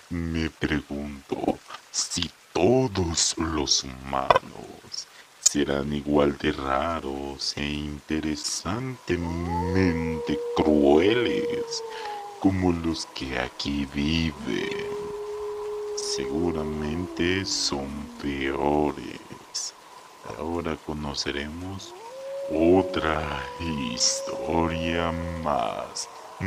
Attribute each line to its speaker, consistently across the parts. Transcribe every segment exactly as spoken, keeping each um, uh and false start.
Speaker 1: Me pregunto si todos los humanos serán igual de raros e interesantemente crueles como los que aquí viven. Seguramente son peores. Ahora conoceremos otra historia más.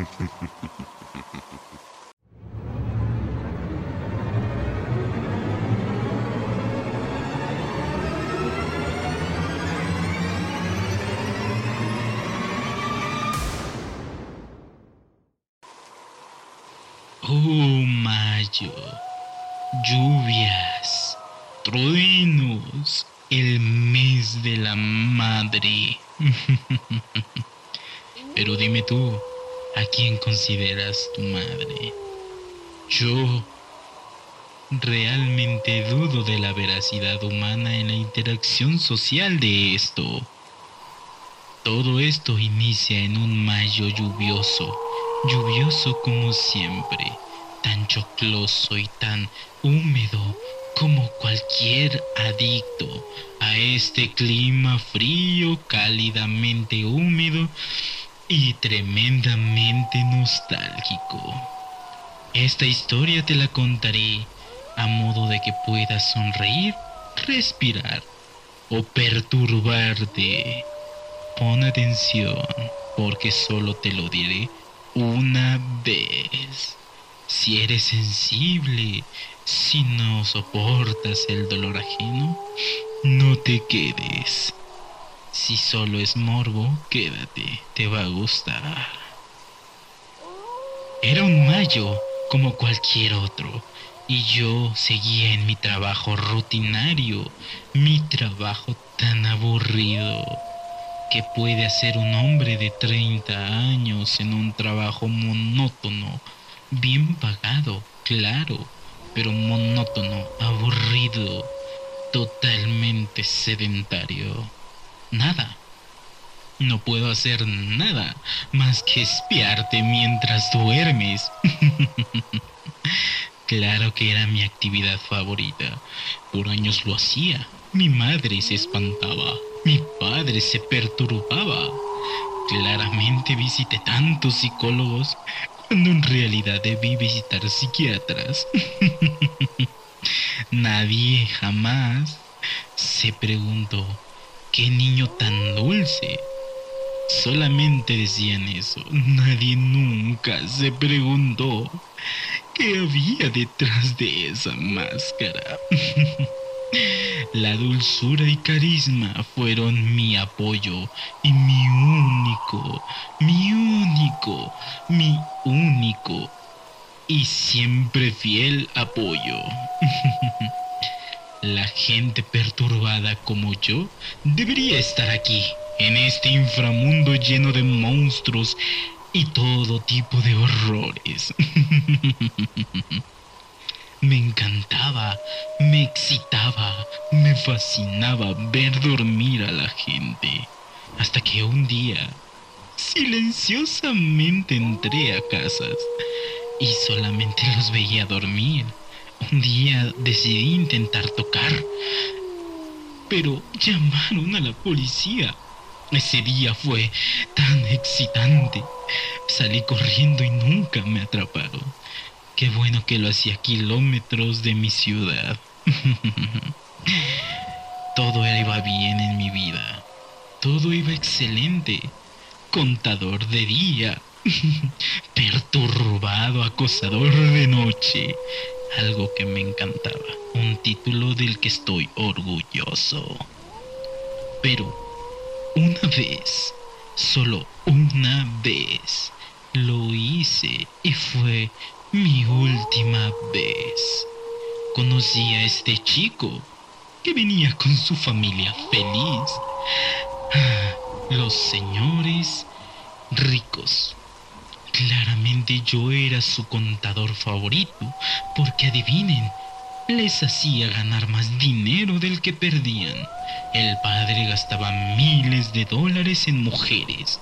Speaker 2: Oh, mayo, lluvias, truenos, el mes de la madre. Pero dime tú, ¿a quién consideras tu madre? Yo realmente dudo de la veracidad humana en la interacción social de esto. Todo esto inicia en un mayo lluvioso, lluvioso como siempre, tan chocloso y tan húmedo como cualquier adicto a este clima frío, cálidamente húmedo y tremendamente nostálgico. Esta historia te la contaré a modo de que puedas sonreír, respirar o perturbarte. Pon atención, porque solo te lo diré una vez. Si eres sensible, si no soportas el dolor ajeno, no te quedes. Si solo es morbo, quédate, te va a gustar. Era un mayo como cualquier otro, y yo seguía en mi trabajo rutinario, mi trabajo tan aburrido. ¿Qué puede hacer un hombre de treinta años en un trabajo monótono, bien pagado, claro, pero monótono, aburrido, totalmente sedentario? Nada. No puedo hacer nada más que espiarte mientras duermes. Claro que era mi actividad favorita. Por años lo hacía. Mi madre se espantaba. Mi padre se perturbaba. Claramente visité tantos psicólogos cuando en realidad debí visitar psiquiatras. Nadie jamás se preguntó, ¿qué niño tan dulce? Solamente decían eso. Nadie nunca se preguntó qué había detrás de esa máscara. La dulzura y carisma fueron mi apoyo y mi único, mi único, mi único y siempre fiel apoyo. La gente perturbada como yo debería estar aquí, en este inframundo lleno de monstruos y todo tipo de horrores. Me encantaba, me excitaba, me fascinaba ver dormir a la gente. Hasta que un día, silenciosamente entré a casas y solamente los veía dormir. Un día decidí intentar tocar, pero llamaron a la policía. Ese día fue tan excitante. Salí corriendo y nunca me atraparon. Qué bueno que lo hacía a kilómetros de mi ciudad. Todo iba bien en mi vida. Todo iba excelente. Contador de día. Perturbado, acosador de noche. Algo que me encantaba. Un título del que estoy orgulloso. Pero una vez, solo una vez, lo hice y fue mi última vez. Conocí a este chico que venía con su familia feliz. Ah, los señores ricos. Claramente yo era su contador favorito, porque adivinen, les hacía ganar más dinero del que perdían. El padre gastaba miles de dólares en mujeres,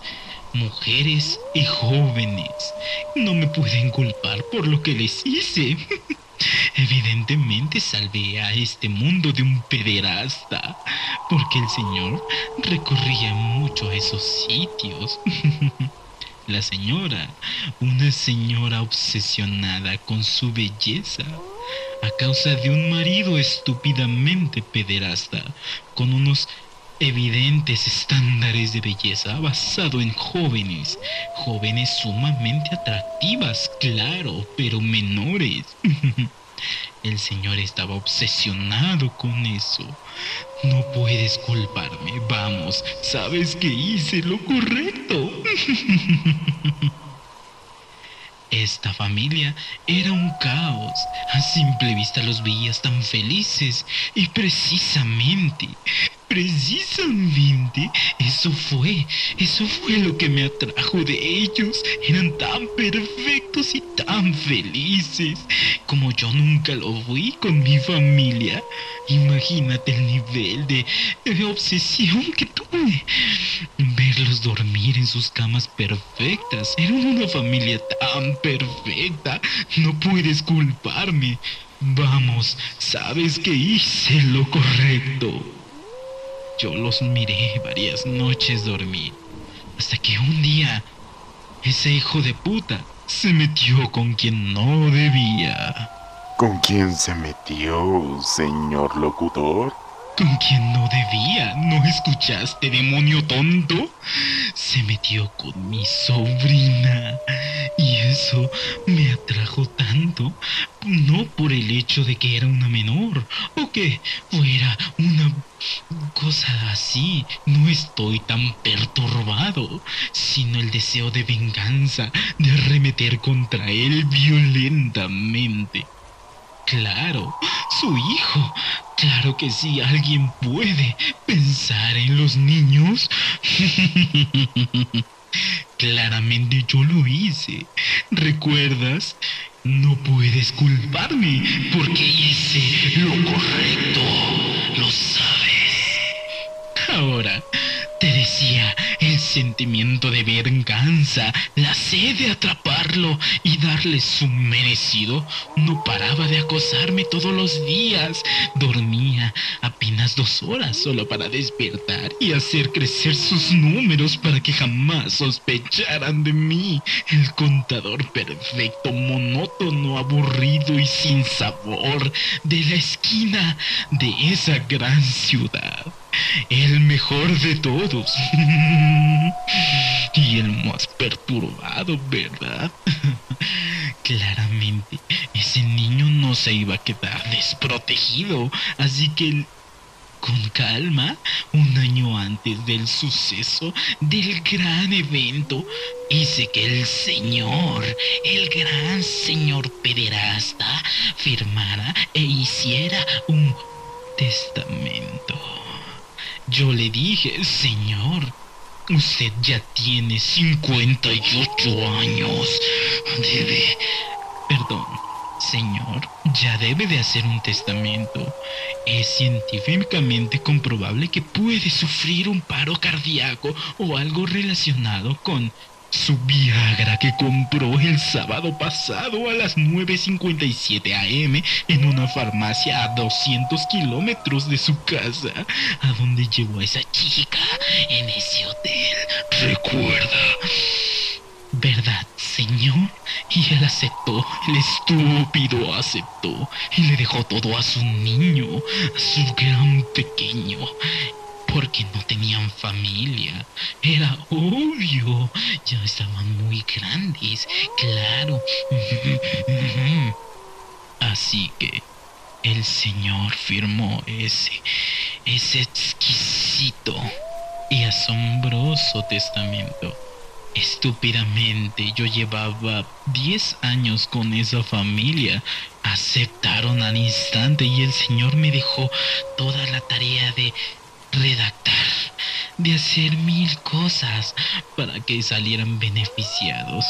Speaker 2: mujeres y jóvenes. No me pueden culpar por lo que les hice. Evidentemente salvé a este mundo de un pederasta, porque el señor recorría mucho a esos sitios. La señora, una señora obsesionada con su belleza, a causa de un marido estúpidamente pederasta, con unos evidentes estándares de belleza basado en jóvenes, jóvenes sumamente atractivas, claro, pero menores. El señor estaba obsesionado con eso. No puedes culparme, vamos, sabes que hice lo correcto. Esta familia era un caos. A simple vista los veías tan felices. Y precisamente, precisamente, eso fue, eso fue lo que me atrajo de ellos. Eran tan perfectos y tan felices, como yo nunca lo fui con mi familia. Imagínate el nivel de, de obsesión que tuve. Verlos dormir en sus camas perfectas. Eran una familia tan perfecta. No puedes culparme. Vamos, sabes que hice lo correcto. Yo los miré varias noches dormir, hasta que un día ese hijo de puta se metió con quien no debía.
Speaker 1: ¿Con quién se metió, señor locutor?
Speaker 2: Con quien no debía, ¿no escuchaste, demonio tonto? Se metió con mi sobrina. Y eso me atrajo tanto, no por el hecho de que era una menor, o que fuera una cosa así. No estoy tan perturbado, sino el deseo de venganza, de arremeter contra él violentamente. Claro, su hijo. Claro que sí, alguien puede pensar en los niños. Claramente yo lo hice. ¿Recuerdas? No puedes culparme porque hice lo correcto. Lo sabes. Ahora, te decía, el sentimiento de venganza, la sed de atraparlo y darle su merecido, no paraba de acosarme todos los días. Dormía apenas dos horas solo para despertar y hacer crecer sus números para que jamás sospecharan de mí. El contador perfecto, monótono, aburrido y sin sabor de la esquina de esa gran ciudad. El mejor de todos. Y el más perturbado, ¿verdad? Claramente, ese niño no se iba a quedar desprotegido. Así que, con calma, un año antes del suceso, del gran evento, hice que el señor, el gran señor pederasta, firmara e hiciera un testamento. Yo le dije, señor, usted ya tiene cincuenta y ocho años. Debe... Perdón, señor, ya debe de hacer un testamento. Es científicamente comprobable que puede sufrir un paro cardíaco o algo relacionado con su Viagra que compró el sábado pasado a las nueve cincuenta y siete a eme en una farmacia a doscientos kilómetros de su casa, a donde llevó a esa chica en ese hotel. ¿Recuerda? ¿Verdad, señor? Y él aceptó, el estúpido aceptó, y le dejó todo a su niño, a su gran pequeño. Porque no tenían familia. Era obvio. Ya estaban muy grandes. Claro. Así que el señor firmó ese, ese exquisito y asombroso testamento. Estúpidamente yo llevaba diez años con esa familia. Aceptaron al instante y el señor me dejó toda la tarea de redactar, de hacer mil cosas para que salieran beneficiados.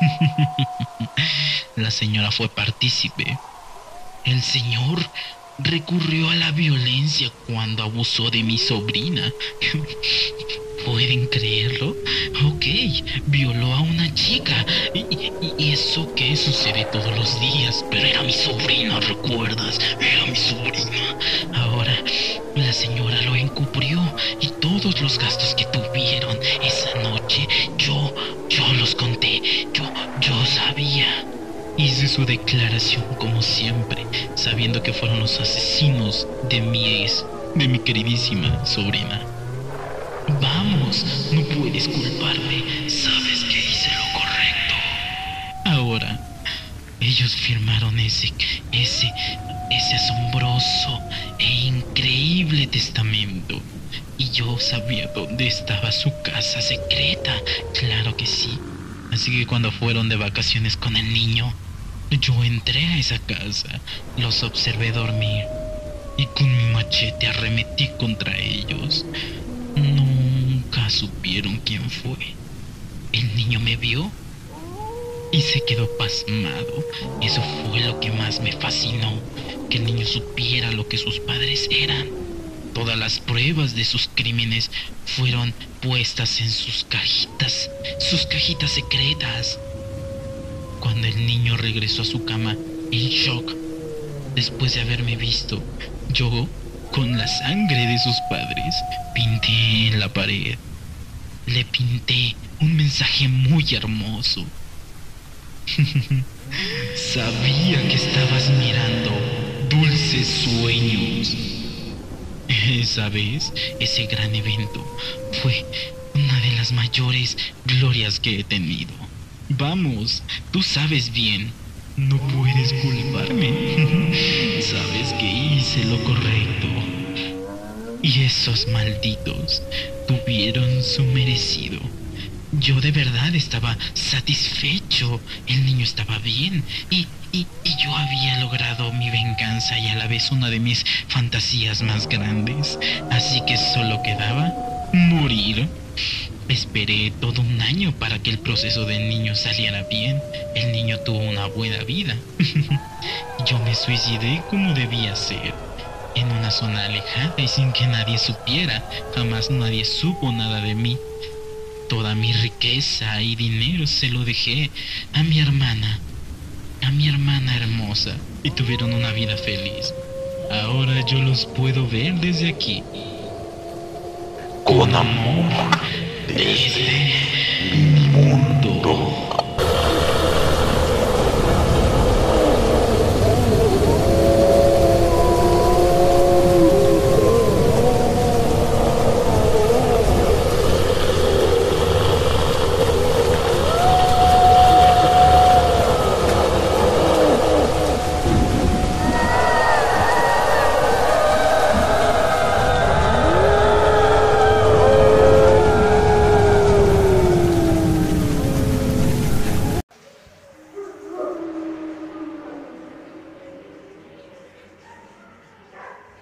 Speaker 2: La señora fue partícipe. El señor recurrió a la violencia cuando abusó de mi sobrina. ¿Pueden creerlo? Ok, violó a una chica. Y, y- y eso que sucede todos los días. Pero era mi sobrina, ¿recuerdas? Era mi sobrina. Ahora, la señora lo encubrió. Y todos los gastos que tuvieron esa noche, yo, yo los conté. Yo, yo sabía. Hice su declaración como siempre, sabiendo que fueron los asesinos de mi ex, de mi queridísima sobrina. Vamos, no puedes culparme. Sabes que hice lo correcto. Ahora, ellos firmaron ese, ese, ese asombroso e increíble testamento. Y yo sabía dónde estaba su casa secreta. Claro que sí. Así que cuando fueron de vacaciones con el niño, yo entré a esa casa, los observé dormir y con mi machete arremetí contra ellos. Nunca supieron quién fue. El niño me vio y se quedó pasmado. Eso fue lo que más me fascinó, que el niño supiera lo que sus padres eran. Todas las pruebas de sus crímenes fueron puestas en sus cajitas, sus cajitas secretas. Cuando el niño regresó a su cama en shock, después de haberme visto, yo, con la sangre de sus padres, pinté en la pared. Le pinté un mensaje muy hermoso. Sabía que estabas mirando dulces sueños. Esa vez, ese gran evento fue una de las mayores glorias que he tenido. Vamos, tú sabes bien. No puedes culparme. Sabes que hice lo correcto. Y esos malditos tuvieron su merecido. Yo de verdad estaba satisfecho. El niño estaba bien. Y, y, y yo había logrado mi venganza y a la vez una de mis fantasías más grandes. Así que solo quedaba morir. Esperé todo un año para que el proceso del niño saliera bien. El niño tuvo una buena vida. Yo me suicidé como debía ser, en una zona alejada y sin que nadie supiera. Jamás nadie supo nada de mí. Toda mi riqueza y dinero se lo dejé a mi hermana, a mi hermana hermosa, y tuvieron una vida feliz. Ahora yo los puedo ver desde aquí.
Speaker 1: Con amor, desde mi mundo.